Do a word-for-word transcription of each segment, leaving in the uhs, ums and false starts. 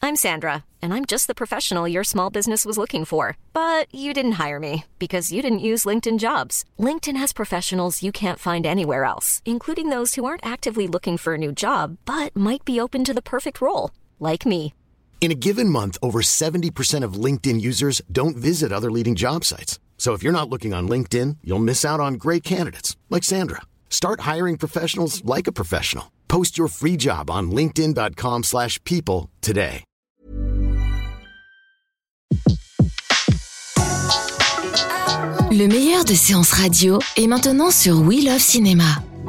I'm Sandra, and I'm just the professional your small business was looking for. But you didn't hire me because you didn't use LinkedIn Jobs. LinkedIn has professionals you can't find anywhere else, including those who aren't actively looking for a new job, but might be open to the perfect role, like me. In a given month, over seventy percent of LinkedIn users don't visit other leading job sites. So if you're not looking on LinkedIn, you'll miss out on great candidates like Sandra. Start hiring professionals like a professional. Post your free job on linkedin.com slash people today. Le meilleur de séances radio est maintenant sur We Love Cinéma.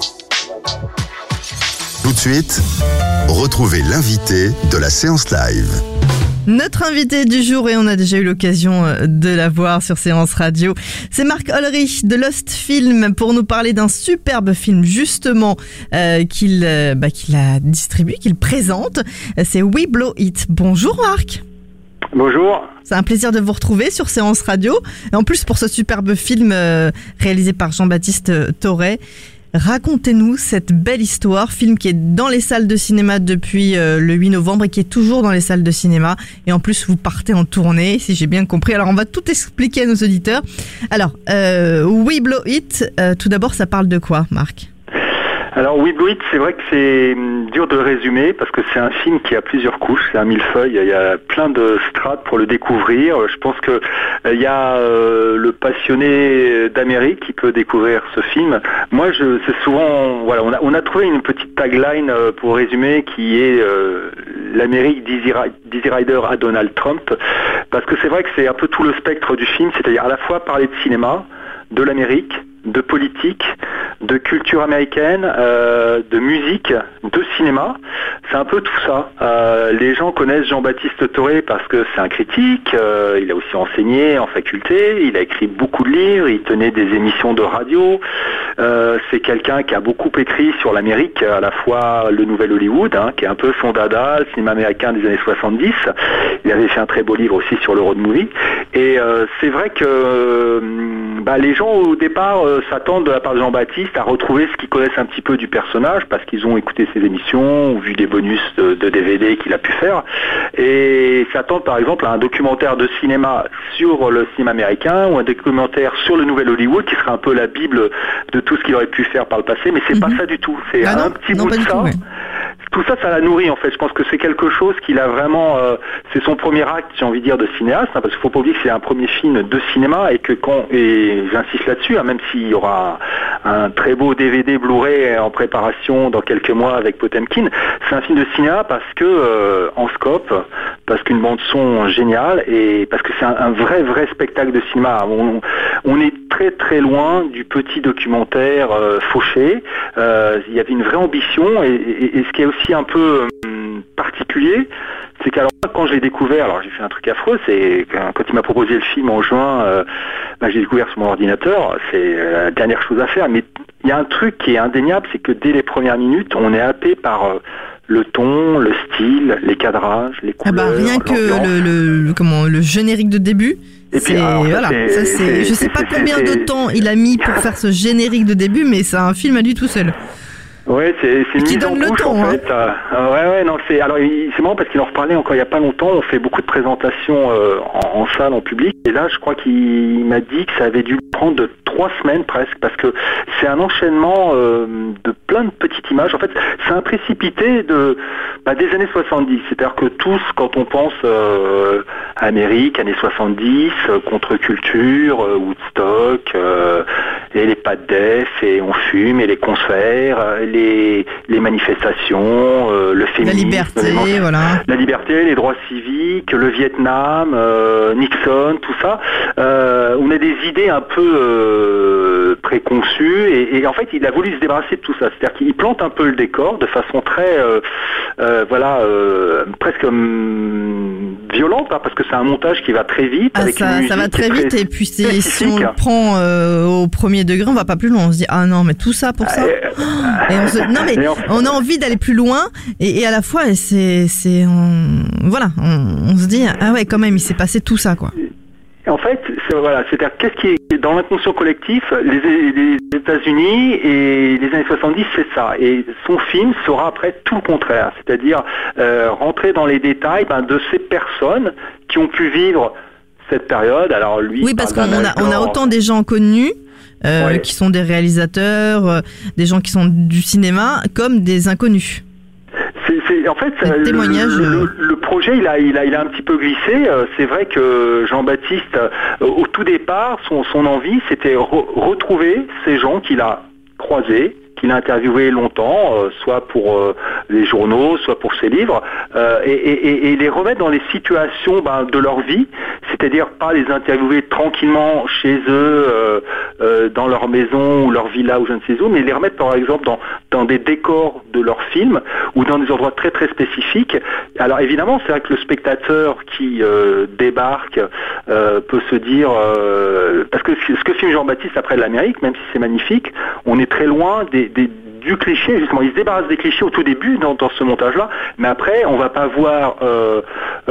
Tout de suite, retrouvez l'invité de la séance live. Notre invité du jour, et on a déjà eu l'occasion de la voir sur Séance Radio, c'est Marc Ollerich de Lost Film pour nous parler d'un superbe film justement euh, qu'il, euh, bah, qu'il a distribué, qu'il présente. C'est We Blow It. Bonjour Marc. Bonjour. C'est un plaisir de vous retrouver sur Séance Radio. Et en plus pour ce superbe film euh, réalisé par Jean-Baptiste Thorey. Racontez-nous cette belle histoire, film qui est dans les salles de cinéma depuis euh, le huit novembre et qui est toujours dans les salles de cinéma. Et en plus, vous partez en tournée, si j'ai bien compris. Alors, on va tout expliquer à nos auditeurs. Alors, euh, We Blow It, euh, tout d'abord, ça parle de quoi, Marc ? Alors, We Blow It, c'est vrai que c'est dur de le résumer parce que c'est un film qui a plusieurs couches, c'est un millefeuille, il y a plein de strates pour le découvrir. Je pense que il euh, y a euh, le passionné d'Amérique qui peut découvrir ce film. Moi, je, c'est souvent, voilà, on a, on a trouvé une petite tagline euh, pour résumer qui est euh, l'Amérique d'Easy, d'Easy Rider à Donald Trump, parce que c'est vrai que c'est un peu tout le spectre du film, c'est-à-dire à la fois parler de cinéma, de l'Amérique, de politique, de culture américaine, euh, de musique, de cinéma. C'est un peu tout ça. Euh, les gens connaissent Jean-Baptiste Thorey parce que c'est un critique, euh, il a aussi enseigné en faculté, il a écrit beaucoup de livres, il tenait des émissions de radio. Euh, c'est quelqu'un qui a beaucoup écrit sur l'Amérique, à la fois le Nouvel Hollywood, hein, qui est un peu son dada, le cinéma américain des années soixante-dix. Il avait fait un très beau livre aussi sur le road movie. Et euh, c'est vrai que euh, bah, les gens au départ euh, s'attendent de la part de Jean-Baptiste à retrouver ce qu'ils connaissent un petit peu du personnage parce qu'ils ont écouté ses émissions ou vu des bonus de, de D V D qu'il a pu faire, et s'attendent par exemple à un documentaire de cinéma sur le cinéma américain ou un documentaire sur le Nouvel Hollywood qui serait un peu la bible de tout ce qu'il aurait pu faire par le passé, mais c'est mm-hmm. pas ça du tout, c'est ah un non, petit non, bout de ça. Tout, ouais. Tout ça, ça l'a nourri en fait. Je pense que c'est quelque chose qu'il a vraiment... Euh, c'est son premier acte, j'ai envie de dire, de cinéaste, hein, parce qu'il faut pas oublier que c'est un premier film de cinéma et que quand... Et j'insiste là-dessus, hein, même s'il y aura un, un très beau D V D Blu-ray en préparation dans quelques mois avec Potemkin, c'est un film de cinéma parce que euh, en scope, parce qu'une bande-son géniale et parce que c'est un, un vrai, vrai spectacle de cinéma. On, on est très, très loin du petit documentaire euh, fauché. Euh, il y avait une vraie ambition et, et, et ce qui est aussi un peu euh, particulier, c'est qu'alors quand je l'ai découvert, alors j'ai fait un truc affreux, c'est quand il m'a proposé le film en juin, euh, bah, j'ai découvert sur mon ordinateur, c'est la dernière chose à faire, mais il y a un truc qui est indéniable, c'est que dès les premières minutes, on est happé par euh, le ton, le style, les cadrages, les couleurs. Ah bah rien que le, le, le, comment, le générique de début. Et puis, alors, ça, voilà, c'est, ça, c'est, c'est, je sais c'est, pas c'est, combien c'est, de temps il a mis pour faire ce générique de début, mais c'est un film à lui tout seul. Ouais, c'est, c'est qui mise donne en le couche ton, en hein. fait. Euh, euh, ouais, ouais, non, c'est alors il, c'est marrant parce qu'il en reparlait encore il y a pas longtemps. On fait beaucoup de présentations euh, en, en salle, en public, et là, je crois qu'il m'a dit que ça avait dû prendre trois semaines presque, parce que c'est un enchaînement euh, de plein de petites images. En fait, c'est un précipité de bah, des années soixante-dix. C'est-à-dire que tous, quand on pense euh, Amérique, années soixante-dix, euh, contre-culture, euh, Woodstock, euh, et les pas de def, et on fume, et les concerts, euh, les Les, les manifestations, euh, le féminisme, la liberté, les, voilà. la liberté, les droits civiques, le Vietnam, euh, Nixon, tout ça. Euh, on a des idées un peu euh, préconçues et, et en fait, il a voulu se débarrasser de tout ça. C'est-à-dire qu'il plante un peu le décor de façon très, euh, euh, voilà, euh, presque hum, violente, hein, parce que c'est un montage qui va très vite. Ah, avec ça, une ça va très vite très et puis c'est, si on le prend euh, au premier degré, on va pas plus loin. On se dit ah non, mais tout ça pour ça. Euh, et on se, non mais on a envie d'aller plus loin et, et à la fois c'est c'est on, voilà on, on se dit ah ouais quand même il s'est passé tout ça quoi. En fait, fait, c'est, voilà, c'est-à-dire qu'est-ce qui est dans l'inconscient collectif, les, les États-Unis et les années soixante-dix, c'est ça. Et son film sera après tout le contraire, c'est-à-dire euh, rentrer dans les détails ben, de ces personnes qui ont pu vivre cette période. Alors lui, oui, parce qu'on a, on a autant des gens connus. Euh, oui. Qui sont des réalisateurs, euh, des gens qui sont du cinéma, comme des inconnus. C'est, c'est, en fait, le, témoignages, le, le, le projet, il a, il, a, il a un petit peu glissé. C'est vrai que Jean-Baptiste, au tout départ, son, son envie, c'était re- retrouver ces gens qu'il a croisés, qu'il a interviewé longtemps, euh, soit pour euh, les journaux, soit pour ses livres, euh, et, et, et les remettre dans les situations ben, de leur vie, c'est-à-dire pas les interviewer tranquillement chez eux, euh, euh, dans leur maison ou leur villa ou je ne sais où, mais les remettre par exemple dans, dans des décors de leurs films ou dans des endroits très très spécifiques. Alors évidemment, c'est vrai que le spectateur qui euh, débarque euh, peut se dire, euh, parce que ce que filme Jean-Baptiste après l'Amérique, même si c'est magnifique, on est très loin des Des, du cliché, justement, il se débarrasse des clichés au tout début dans, dans ce montage-là, mais après, on va pas voir euh,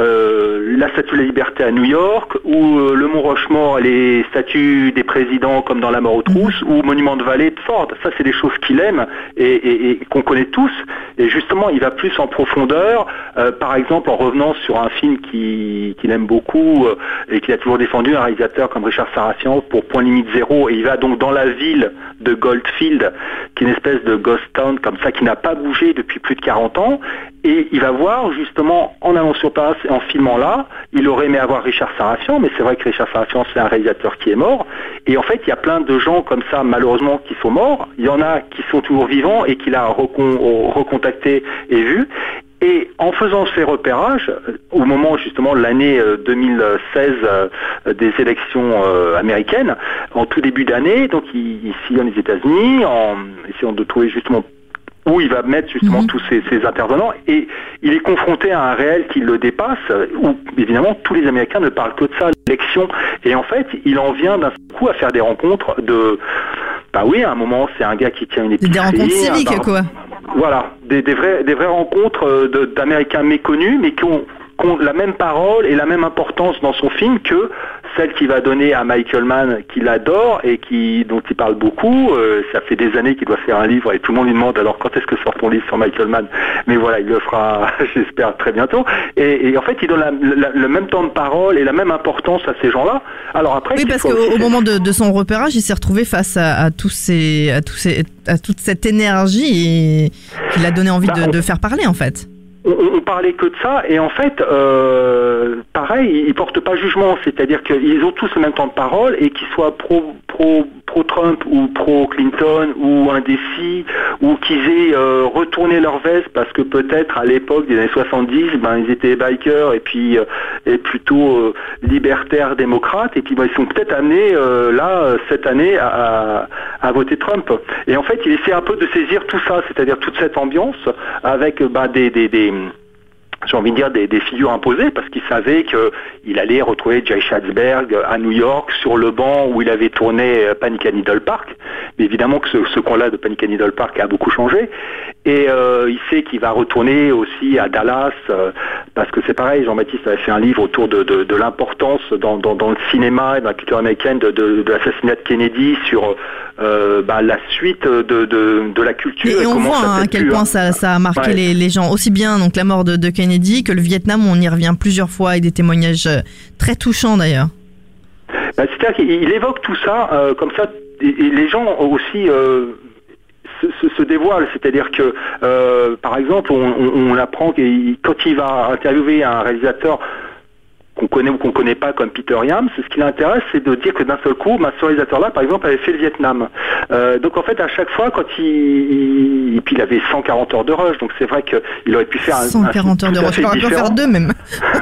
euh, la Statue de la Liberté à New York, ou euh, le Mont Rushmore, les statues des présidents comme dans La Mort aux trousses, ou Monument de Vallée de Ford. Ça, c'est des choses qu'il aime et, et, et qu'on connaît tous. Et justement, il va plus en profondeur, euh, par exemple, en revenant sur un film qui, qu'il aime beaucoup euh, et qu'il a toujours défendu, un réalisateur comme Richard Sarafian pour Point Limite Zéro, et il va donc dans la ville de Goldfield, qui est une espèce de ghost town comme ça, qui n'a pas bougé depuis plus de quarante ans, et il va voir justement, en allant sur place et en filmant là, il aurait aimé avoir Richard Sarafian, mais c'est vrai que Richard Sarafian, c'est un réalisateur qui est mort, et en fait, il y a plein de gens comme ça, malheureusement, qui sont morts, il y en a qui sont toujours vivants et qu'il a recon- recontacté et vu. Et en faisant ces repérages, au moment justement de l'année deux mille seize euh, des élections euh, américaines, en tout début d'année, donc il, il sillonne les États-Unis en essayant de trouver justement où il va mettre justement mmh. tous ces, ces intervenants, et il est confronté à un réel qui le dépasse, où évidemment tous les Américains ne parlent que de ça, l'élection, et en fait il en vient d'un coup à faire des rencontres de... Bah oui, à un moment c'est un gars qui tient une épicerie... Des rencontres civiques bah, quoi. Voilà, des, des, vrais, des vraies rencontres de, d'Américains méconnus, mais qui ont, qui ont la même parole et la même importance dans son film que celle qu'il va donner à Michael Mann, qu'il adore et qui, dont il parle beaucoup. Euh, ça fait des années qu'il doit faire un livre et tout le monde lui demande alors quand est-ce que sort ton livre sur Michael Mann. Mais voilà, il le fera, j'espère, très bientôt. Et, et en fait, il donne la, la, le même temps de parole et la même importance à ces gens-là. Alors après, oui, parce qu'au au moment de, de son repérage, il s'est retrouvé face à, à tous ces, à tous ces, à toute cette énergie et qu'il a donné envie bah, de, de faire parler en fait. On, on parlait que de ça, et en fait, euh, pareil, ils portent pas jugement, c'est-à-dire qu'ils ont tous le même temps de parole, et qu'ils soient pro, pro, pro-Trump ou pro-Clinton ou indécis, ou qu'ils aient euh, retourné leur veste parce que peut-être à l'époque des années soixante-dix, ben ils étaient bikers et puis euh, et plutôt euh, libertaires démocrates, et puis ben, ils sont peut-être amenés euh, là cette année à, à, à voter Trump. Et en fait, il essaie un peu de saisir tout ça, c'est-à-dire toute cette ambiance avec ben, des, des, des j'ai envie de dire des, des figures imposées, parce qu'il savait qu'il allait retrouver Jay Schatzberg à New York sur le banc où il avait tourné Panic at Needle Park. Mais évidemment que ce, ce coin-là de Panic at Needle Park a beaucoup changé. Et euh, il sait qu'il va retourner aussi à Dallas, euh, parce que c'est pareil, Jean-Baptiste avait fait un livre autour de, de, de l'importance dans, dans, dans le cinéma et dans la culture américaine de, de, de l'assassinat de Kennedy, sur euh, bah, la suite de, de, de la culture. Et, et on comment voit hein, à quel point ça, ça a marqué ouais. les, les gens, aussi bien donc la mort de, de Kennedy que le Vietnam, on y revient plusieurs fois, et des témoignages très touchants d'ailleurs. Bah, c'est-à-dire qu'il évoque tout ça euh, comme ça, et, et les gens aussi euh, se, se, se dévoilent, c'est-à-dire que euh, par exemple on, on, on apprend que quand il va interviewer un réalisateur qu'on connaît ou qu'on connaît pas comme Peter Yams, ce qui l'intéresse, c'est de dire que d'un seul coup, ben, ce réalisateur-là, par exemple, avait fait le Vietnam. Euh, donc en fait, à chaque fois, quand il, il... et puis il avait cent quarante heures de rush, donc c'est vrai qu'il aurait pu faire un cent quarante heures de rush, il aurait pu en faire deux même.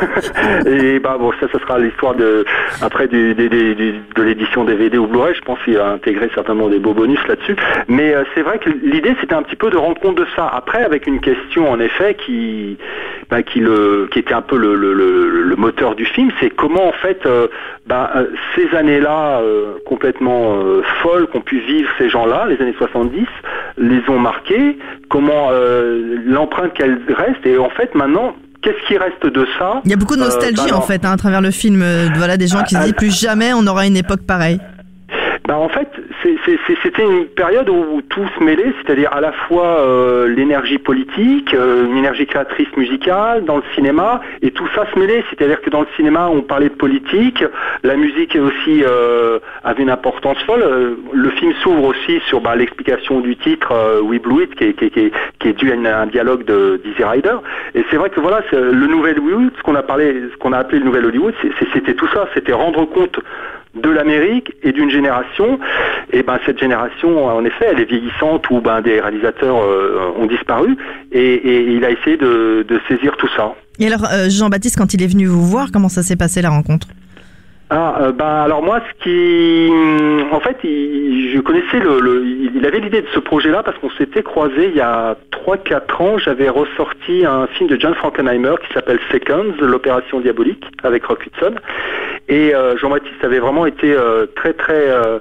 Et bah bon, ça, ça sera l'histoire de après du, du, du, du, de l'édition D V D ou Blu-ray. Je pense qu'il a intégré certainement des beaux bonus là-dessus. Mais euh, c'est vrai que l'idée, c'était un petit peu de rendre compte de ça. Après, avec une question en effet qui, bah, qui le, qui était un peu le, le, le, le moteur du film, c'est comment en fait euh, bah, euh, ces années-là euh, complètement euh, folles qu'ont pu vivre ces gens-là, les années soixante-dix, les ont marquées, comment euh, l'empreinte qu'elles restent, et en fait maintenant qu'est-ce qui reste de ça? Il y a beaucoup de nostalgie euh, bah, en fait hein, à travers le film. Euh, voilà, des gens qui se disent plus jamais on aura une époque pareille. Ben en fait, c'est, c'est, c'était une période où tout se mêlait, c'est-à-dire à la fois euh, l'énergie politique, euh, une énergie créatrice musicale dans le cinéma, et tout ça se mêlait, c'est-à-dire que dans le cinéma on parlait de politique, la musique aussi euh, avait une importance folle. Le film s'ouvre aussi sur bah, l'explication du titre euh, We Blew It, qui est, qui, qui, qui est dû à une, un dialogue de d'Easy Rider. Et c'est vrai que voilà, c'est le nouvel Hollywood, ce qu'on a parlé, ce qu'on a appelé le nouvel Hollywood, c'est, c'est, c'était tout ça, c'était rendre compte de l'Amérique et d'une génération. Et ben cette génération, en effet, elle est vieillissante où ben des réalisateurs euh, ont disparu et, et il a essayé de, de saisir tout ça. Et alors euh, Jean-Baptiste, quand il est venu vous voir, comment ça s'est passé la rencontre? Ah, euh, ben alors moi, ce qui, en fait, il, je connaissais le, le, il avait l'idée de ce projet-là parce qu'on s'était croisés il y a trois quatre ans. J'avais ressorti un film de John Frankenheimer qui s'appelle Seconds, l'opération diabolique, avec Rock Hudson. Et euh, Jean-Baptiste avait vraiment été euh, très très euh,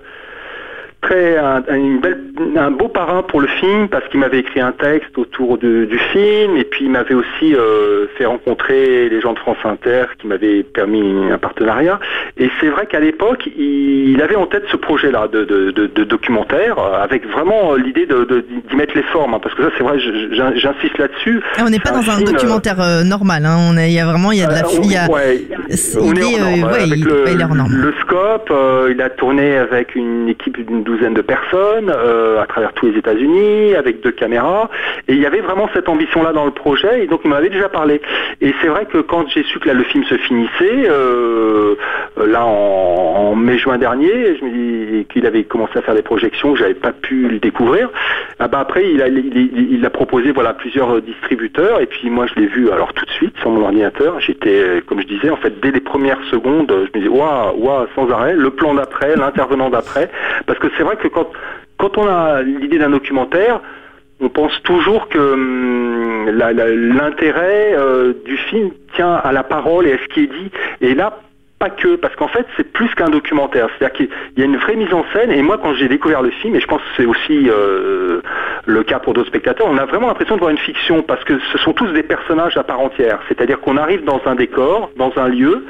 très un, une belle, un beau parrain pour le film parce qu'il m'avait écrit un texte autour de, du film et puis il m'avait aussi euh, fait rencontrer les gens de France Inter qui m'avaient permis un partenariat. Et c'est vrai qu'à l'époque, il avait en tête ce projet-là de, de, de, de documentaire avec vraiment l'idée de, de, d'y mettre les formes, hein, parce que ça, c'est vrai, j'insiste là-dessus. Ah, on n'est pas dans un, un documentaire euh, normal, hein. On est, il y a vraiment, il y a de la, euh, il y a, ouais, il est, euh, ouais, il, le, il est hors norme. Le scope, euh, il a tourné avec une équipe d'une douzaine de personnes euh, à travers tous les États-Unis, avec deux caméras, et il y avait vraiment cette ambition-là dans le projet, et donc il m'avait déjà parlé. Et c'est vrai que quand j'ai su que là le film se finissait, euh, là en, en mai-juin dernier, je me dis qu'il avait commencé à faire des projections, que j'avais pas pu le découvrir. Ah bah après il a, il, il, il a proposé voilà plusieurs distributeurs, et puis moi je l'ai vu alors tout de suite sur mon ordinateur. J'étais, comme je disais, en fait dès les premières secondes, je me disais waouh, waouh, sans arrêt, le plan d'après, l'intervenant d'après, parce que c'est vrai que quand quand on a l'idée d'un documentaire, on pense toujours que hum, la, la, l'intérêt euh, du film tient à la parole et à ce qui est dit. Et là, pas que, parce qu'en fait, c'est plus qu'un documentaire. C'est-à-dire qu'il y a une vraie mise en scène. Et moi, quand j'ai découvert le film, et je pense que c'est aussi euh, le cas pour d'autres spectateurs, on a vraiment l'impression de voir une fiction, parce que ce sont tous des personnages à part entière. C'est-à-dire qu'on arrive dans un décor, dans un lieu.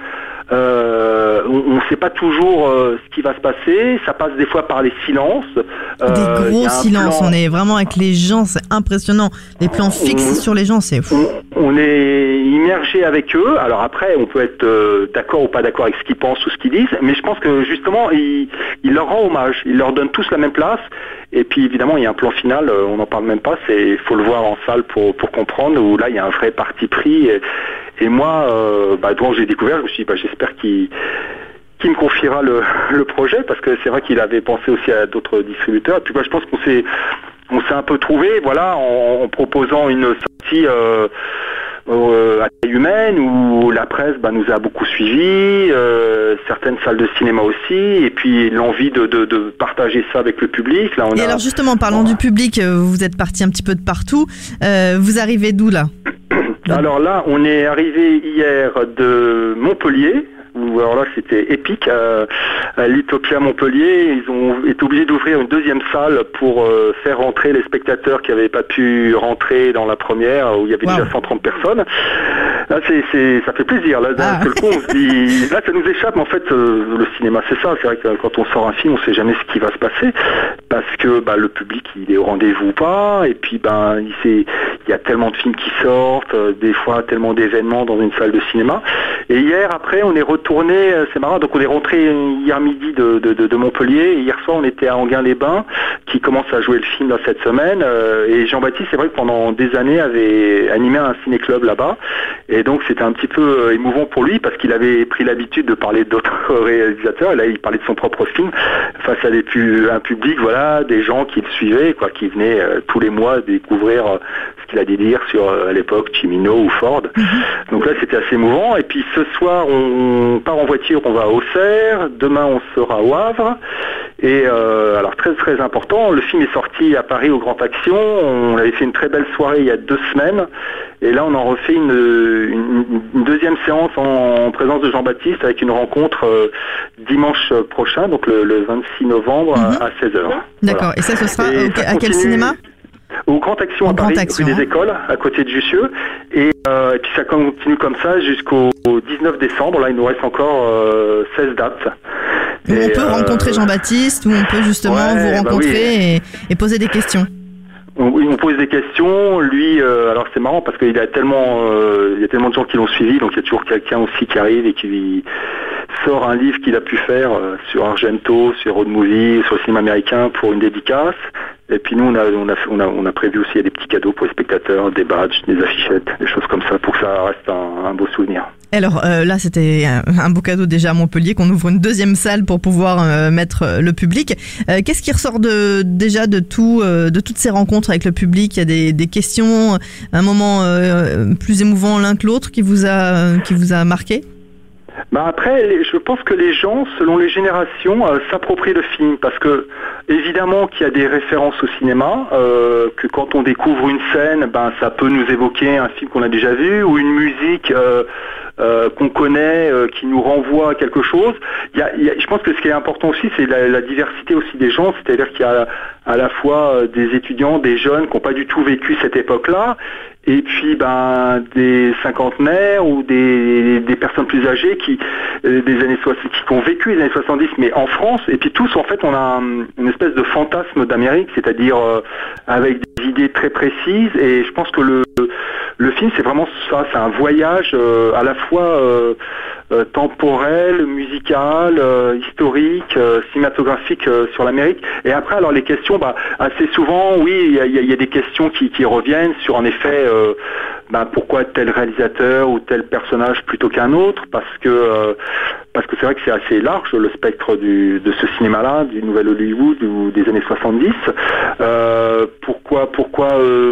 Euh, on ne sait pas toujours euh, ce qui va se passer, ça passe des fois par les silences. Euh, des gros silences, plan... on est vraiment avec les gens, c'est impressionnant. Les plans fixes on, sur les gens, c'est fou. On, on est immergé avec eux. Alors après, on peut être euh, d'accord ou pas d'accord avec ce qu'ils pensent ou ce qu'ils disent, mais je pense que justement, il, il leur rend hommage, il leur donne tous la même place. Et puis évidemment, il y a un plan final, on n'en parle même pas, il faut le voir en salle pour, pour comprendre, où là, il y a un vrai parti pris. Et, et moi, euh, bah, quand j'ai découvert, je me suis dit, bah, j'espère qu'il, qu'il me confiera le, le projet, parce que c'est vrai qu'il avait pensé aussi à d'autres distributeurs. Et puis bah, je pense qu'on s'est, on s'est un peu trouvé, voilà, en, en proposant une sortie euh, euh, à taille humaine, où la presse bah, nous a beaucoup suivis, euh, certaines salles de cinéma aussi, et puis l'envie de, de, de partager ça avec le public. Là, on et a... alors justement, parlant du public, vous êtes parti un petit peu de partout. Euh, vous arrivez d'où là? Alors là, on est arrivé hier de Montpellier, où alors là c'était épique, euh, à l'Utopia Montpellier. Ils ont été obligés d'ouvrir une deuxième salle pour euh, faire rentrer les spectateurs qui n'avaient pas pu rentrer dans la première, où il y avait wow. déjà cent trente personnes. Là, c'est, c'est, ça fait plaisir. Là, d'un seul coup, on se dit, là, ça nous échappe. Mais en fait, euh, le cinéma, c'est ça. C'est vrai que quand on sort un film, on ne sait jamais ce qui va se passer, parce que bah, le public, il est au rendez-vous ou pas. Et puis, ben, il, c'est, il y a tellement de films qui sortent, euh, des fois tellement d'événements dans une salle de cinéma. Et hier, après, on est retourné. Euh, c'est marrant. Donc, on est rentré hier midi de, de, de, de Montpellier. Et hier soir, on était à Enghien-les-Bains, qui commence à jouer le film dans cette semaine. Euh, et Jean-Baptiste, c'est vrai que pendant des années, avait animé un ciné-club là-bas. Et donc c'était un petit peu émouvant pour lui parce qu'il avait pris l'habitude de parler d'autres réalisateurs. Et là, il parlait de son propre film face à des pu- un public, voilà, des gens qui le suivaient, quoi, qui venaient euh, tous les mois découvrir euh, ce qu'il a dit dire sur euh, à l'époque Cimino ou Ford. Mm-hmm. Donc là, c'était assez émouvant. Et puis ce soir, on part en voiture, on va à Auxerre. Demain, on sera au Havre. Et euh, alors très très important, le film est sorti à Paris au Grand Action. On avait fait une très belle soirée il y a deux semaines. Et là, on en refait une, une, une deuxième séance en, en présence de Jean-Baptiste avec une rencontre euh, dimanche prochain, donc le, le vingt-six novembre mm-hmm. à, à seize heures. D'accord. Voilà. Et ça, ce sera et okay, ça à quel cinéma? Au Grand Action Au à Grand Paris, Action, rue hein. des Écoles, à côté de Jussieu. Et, euh, et puis ça continue comme ça jusqu'au dix-neuf décembre. Là, il nous reste encore euh, seize dates. Où Et, on peut euh, rencontrer Jean-Baptiste, où on peut justement ouais, vous bah rencontrer oui. et, et poser des questions. On, on pose des questions. Lui, euh, alors c'est marrant parce qu'il a tellement, euh, il y a tellement de gens qui l'ont suivi, donc il y a toujours quelqu'un aussi qui arrive et qui lui sort un livre qu'il a pu faire euh, sur Argento, sur road movie, sur le cinéma américain pour une dédicace. Et puis nous, on a, on a, on a, on a prévu aussi des petits cadeaux pour les spectateurs, des badges, des affichettes, des choses comme ça, pour que ça reste un, un beau souvenir. Alors euh, là, c'était un, un beau cadeau déjà à Montpellier, qu'on ouvre une deuxième salle pour pouvoir euh, mettre euh, le public. Euh, qu'est-ce qui ressort de, déjà de, tout, euh, de toutes ces rencontres avec le public? Il y a des, des questions, un moment euh, plus émouvant l'un que l'autre qui vous a, qui vous a marqué? Bah après, les, je pense que les gens, selon les générations, euh, s'approprient le film parce que évidemment qu'il y a des références au cinéma, euh, que quand on découvre une scène, ben ça peut nous évoquer un film qu'on a déjà vu ou une musique euh, euh, qu'on connaît, euh, qui nous renvoie à quelque chose. Il y a, il y a, je pense que ce qui est important aussi, c'est la, la diversité aussi des gens, c'est-à-dire qu'il y a à la fois euh, des étudiants, des jeunes qui n'ont pas du tout vécu cette époque-là. Et puis ben des cinquantenaires ou des, des personnes plus âgées qui euh, des années soixante, qui ont vécu les années soixante-dix, mais en France. Et puis tous, en fait, on a un, une espèce de fantasme d'Amérique, c'est-à-dire euh, avec des idées très précises. Et je pense que le le film, c'est vraiment ça, c'est un voyage euh, à la fois euh, euh, temporel, musical, euh, historique, euh, cinématographique euh, sur l'Amérique. Et après, alors les questions, bah assez souvent, oui, il y a, y a des questions qui, qui reviennent sur en effet. Euh, bah, pourquoi tel réalisateur ou tel personnage plutôt qu'un autre, parce que euh, parce que c'est vrai que c'est assez large le spectre du, de ce cinéma-là, du nouvel Hollywood ou des années soixante-dix. Euh, pourquoi pourquoi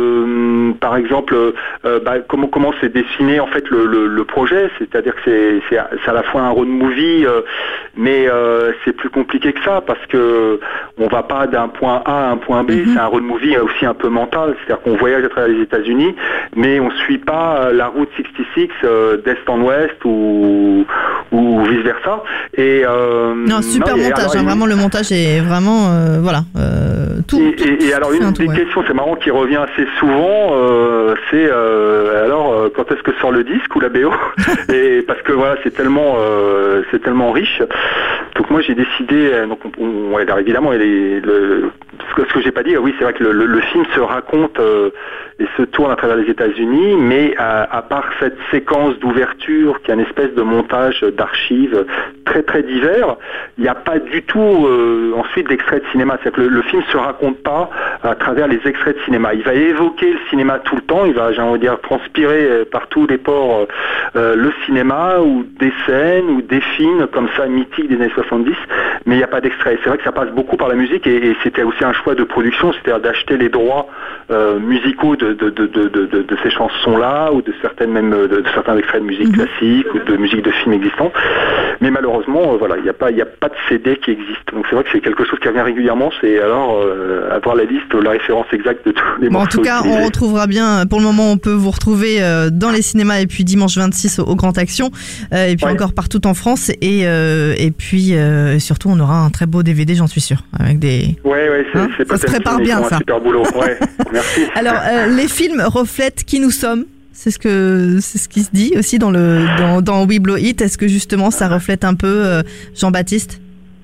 euh, par exemple euh, bah, comment comment s'est dessiné en fait le, le, le projet, c'est-à-dire que c'est, c'est c'est à la fois un road movie, euh, mais euh, c'est plus compliqué que ça parce que on va pas d'un point A à un point B. Mm-hmm. C'est un road movie aussi un peu mental, c'est-à-dire qu'on voyage à travers les États-Unis, mais on suit pas la route soixante-six euh, d'est en ouest ou ou vice versa. Et euh, non, super non, montage, alors, hein, il... vraiment le montage est vraiment euh, voilà euh, tout. Et, tout, et, et alors une des ouais. questions, c'est marrant, qui revient assez souvent, euh, c'est euh, alors euh, quand est-ce que sort le disque ou la B O? Et parce que voilà, c'est tellement euh, c'est tellement riche. Donc moi j'ai décidé, donc on, on, alors évidemment, il est, le, ce que, ce que j'ai pas dit, oui, c'est vrai que le, le, le film se raconte euh, et se tourne à travers les États-Unis, mais à, à part cette séquence d'ouverture qui est une espèce de montage d'archives très très divers, il n'y a pas du tout euh, ensuite d'extrait de cinéma. C'est-à-dire que le, le film se raconte pas à travers les extraits de cinéma. Il va évoquer le cinéma tout le temps, il va, j'ai envie de dire, transpirer par tous les pores euh, le cinéma ou des scènes ou des films comme ça mythiques des années soixante-dix, mais il n'y a pas d'extrait. C'est vrai que ça passe beaucoup par la musique et, et c'était aussi un choix de production, c'est-à-dire d'acheter les droits euh, musicaux de, de, de, de, de, de, de ces chansons-là ou de certaines même de, de certains extraits de musique mmh. classique ou de musique de films existants. Mais malheureusement, euh, voilà, il n'y a pas, il n'y a pas de C D qui existe. Donc c'est vrai que c'est quelque chose qui revient régulièrement. C'est alors euh, avoir la liste, la référence exacte de tous les bon, morceaux. En tout cas, utilisés. On retrouvera bien. Pour le moment, on peut vous retrouver euh, dans les cinémas et puis dimanche vingt-six au, au Grand Action euh, et puis ouais. encore partout en France. Et euh, et puis euh, surtout, on aura un très beau D V D, j'en suis sûr, avec des. Ouais, ouais, c'est, hein c'est ça se prépare bien, un ça. Super boulot. Ouais, merci. Alors, euh, les films reflètent qui nous sommes. C'est ce que c'est ce qui se dit aussi dans le dans dans We Blow It. Est-ce que justement ça reflète un peu euh, Jean-Baptiste?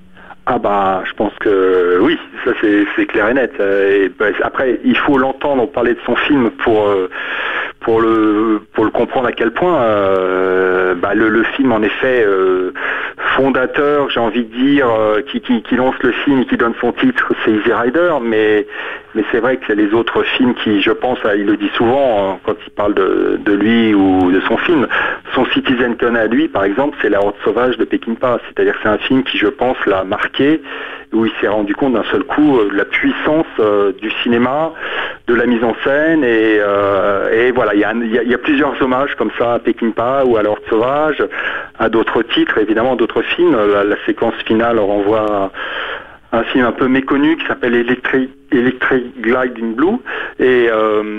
Ah bah, je pense que oui, ça c'est, c'est clair et net. Et bah, après, il faut l'entendre parler de son film pour euh, pour le pour le comprendre à quel point euh, bah, le, le film en effet euh, fondateur, j'ai envie de dire, euh, qui, qui qui lance le film, qui donne son titre, c'est Easy Rider, mais mais c'est vrai que les autres films qui, je pense, il le dit souvent hein, quand il parle de, de lui ou de son film, son Citizen Kane à lui, par exemple, c'est La Horde sauvage de Peckinpah. C'est-à-dire que c'est un film qui, je pense, l'a marqué, où il s'est rendu compte d'un seul coup de la puissance euh, du cinéma, de la mise en scène, et, euh, et voilà, il y a, y, a, y a plusieurs hommages comme ça à Peckinpah ou à La Horde sauvage, à d'autres titres, évidemment, d'autres films. La, la séquence finale renvoie à un film un peu méconnu qui s'appelle Electric, Electric Gliding Blue, et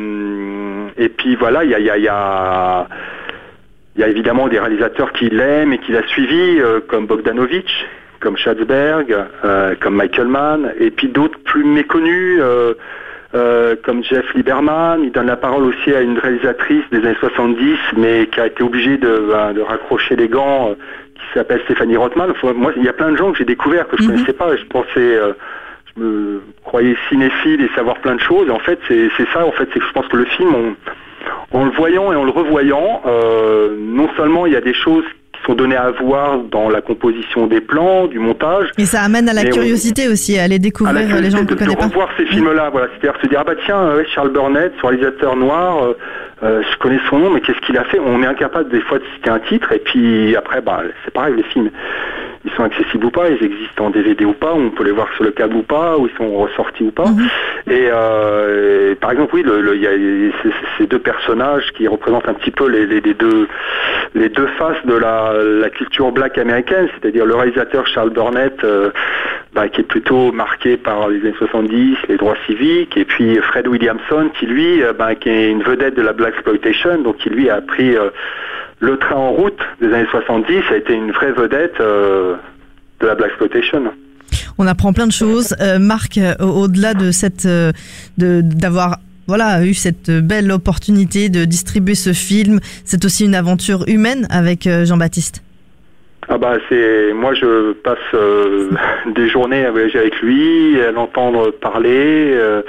euh, et puis voilà, il y a il y a, y a il y a évidemment des réalisateurs qui l'aiment et qui l'a suivi, euh, comme Bogdanovich, comme Schatzberg, euh, comme Michael Mann, et puis d'autres plus méconnus, euh, euh, comme Jeff Lieberman. Il donne la parole aussi à une réalisatrice des années soixante-dix, mais qui a été obligée de, ben, de raccrocher les gants, euh, qui s'appelle Stéphanie Rothman. Enfin, moi, il y a plein de gens que j'ai découverts que je ne mm-hmm. connaissais pas. Je pensais, euh, je me croyais cinéphile et savoir plein de choses. Et en fait, c'est, c'est ça. En fait, c'est que je pense que le film, on, en le voyant et en le revoyant, euh, non seulement il y a des choses qui sont données à voir dans la composition des plans, du montage. Et ça amène à la curiosité on, aussi, à aller découvrir à les gens qu'on ne connaît pas. De revoir ces films-là, voilà. C'est-à-dire se dire, ah bah tiens, ouais, Charles Burnett, ce réalisateur noir, euh, euh, je connais son nom, mais qu'est-ce qu'il a fait? On est incapable des fois de citer un titre, et puis après, bah, c'est pareil, les films, ils sont accessibles ou pas, ils existent en D V D ou pas, on peut les voir sur le câble ou pas, ou ils sont ressortis ou pas. Mm-hmm. Et, euh, et par exemple, oui, le, le, y a ces, ces deux personnages qui représentent un petit peu les, les, les deux les deux faces de la, la culture black américaine, c'est-à-dire le réalisateur Charles Burnett, euh, bah, qui est plutôt marqué par les années soixante-dix, les droits civiques, et puis Fred Williamson, qui lui, euh, bah, qui est une vedette de la blaxploitation, donc qui lui a pris euh, le train en route des années soixante-dix, a été une vraie vedette euh, de la blaxploitation. On apprend plein de choses. Euh, Marc, euh, au-delà de cette, euh, de, d'avoir voilà, eu cette belle opportunité de distribuer ce film, c'est aussi une aventure humaine avec euh, Jean-Baptiste. Ah bah c'est, moi je passe euh, des journées à voyager avec lui, à l'entendre parler. Euh,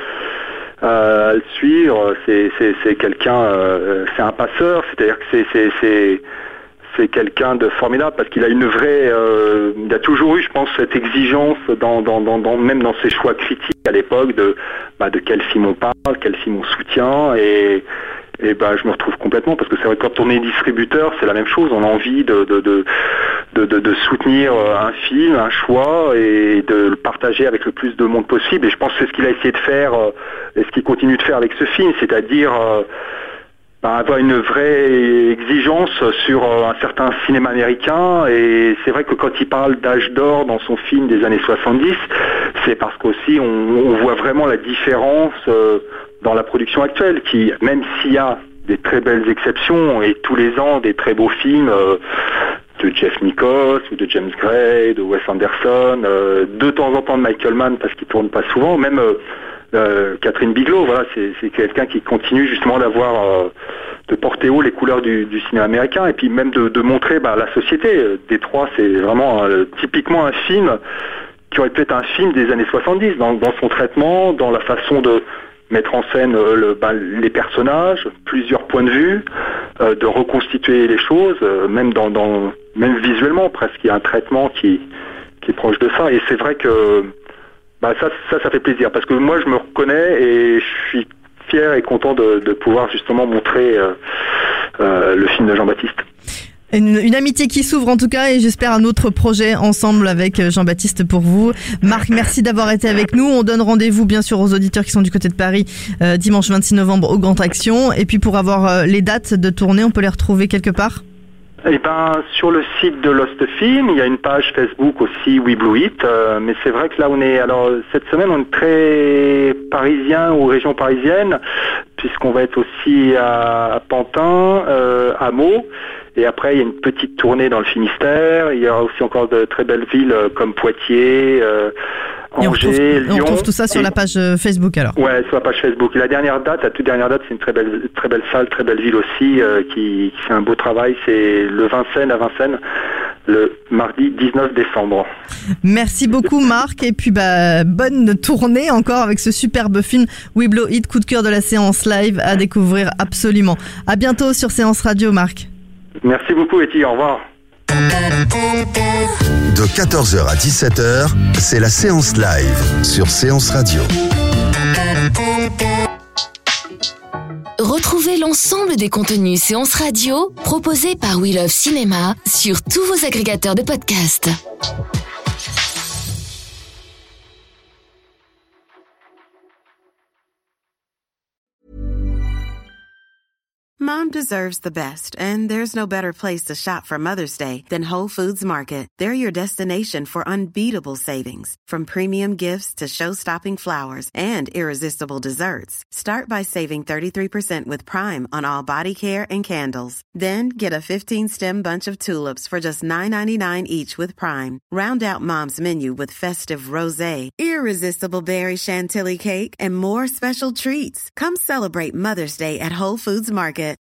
à le suivre, c'est, c'est, c'est quelqu'un, euh, c'est un passeur, c'est-à-dire que c'est, c'est, c'est, c'est quelqu'un de formidable parce qu'il a une vraie, euh, il a toujours eu, je pense, cette exigence dans, dans, dans, dans même dans ses choix critiques à l'époque de, bah, de quel film on parle, quel film on soutient et et ben je me retrouve complètement parce que c'est vrai que quand on est distributeur, c'est la même chose, on a envie de de de de, de, de soutenir un film, un choix et de le partager avec le plus de monde possible. Et je pense que c'est ce qu'il a essayé de faire et ce qu'il continue de faire avec ce film, c'est-à-dire euh, ben, avoir une vraie exigence sur un certain cinéma américain. Et c'est vrai que quand il parle d'âge d'or dans son film des années soixante-dix, c'est parce qu'aussi on, on voit vraiment la différence euh, dans la production actuelle, qui, même s'il y a des très belles exceptions, et tous les ans des très beaux films euh, de Jeff Nichols, ou de James Gray, de Wes Anderson, euh, de temps en temps de Michael Mann, parce qu'il tourne pas souvent, même euh, euh, Catherine Bigelow, voilà, c'est, c'est quelqu'un qui continue justement d'avoir, euh, de porter haut les couleurs du, du cinéma américain, et puis même de, de montrer bah, la société. Détroit, c'est vraiment euh, typiquement un film qui aurait pu être un film des années soixante-dix, dans, dans son traitement, dans la façon de mettre en scène euh, le, bah, les personnages, plusieurs points de vue, euh, de reconstituer les choses, euh, même dans, dans même visuellement presque, il y a un traitement qui, qui est proche de ça. Et c'est vrai que bah, ça, ça, ça fait plaisir, parce que moi je me reconnais et je suis fier et content de, de pouvoir justement montrer euh, euh, le film de Jean-Baptiste. Une, une amitié qui s'ouvre en tout cas, et j'espère un autre projet ensemble avec Jean-Baptiste pour vous. Marc, merci d'avoir été avec nous. On donne rendez-vous bien sûr aux auditeurs qui sont du côté de Paris euh, dimanche vingt-six novembre au Grand Action. Et puis pour avoir euh, les dates de tournée, on peut les retrouver quelque part? Eh ben, sur le site de Lost Film, il y a une page Facebook aussi, We Blue It, euh, mais c'est vrai que là on est, alors cette semaine on est très parisien ou région parisienne, puisqu'on va être aussi à, à Pantin, euh, à Meaux. Et après, il y a une petite tournée dans le Finistère. Il y aura aussi encore de très belles villes comme Poitiers, euh, Angers, on retrouve, Lyon. On retrouve tout ça sur et, la page Facebook alors. Ouais, sur la page Facebook. Et la dernière date, la toute dernière date, c'est une très belle, très belle salle, très belle ville aussi, euh, qui, qui fait un beau travail. C'est le Vincennes à Vincennes, le mardi dix-neuf décembre. Merci beaucoup Marc, et puis bah bonne tournée encore avec ce superbe film We Blow It, coup de cœur de la séance live à découvrir absolument. À bientôt sur Séance Radio, Marc. Merci beaucoup Etty, au revoir. De quatorze heures à dix-sept heures, c'est la séance live sur Séance Radio. Retrouvez l'ensemble des contenus Séance Radio proposés par We Love Cinéma sur tous vos agrégateurs de podcasts. Mom deserves the best, and there's no better place to shop for Mother's Day than Whole Foods Market. They're your destination for unbeatable savings, from premium gifts to show-stopping flowers and irresistible desserts. Start by saving thirty-three percent with Prime on all body care and candles. Then get a fifteen-stem bunch of tulips for just nine ninety-nine each with Prime. Round out Mom's menu with festive rosé, irresistible berry chantilly cake, and more special treats. Come celebrate Mother's Day at Whole Foods Market.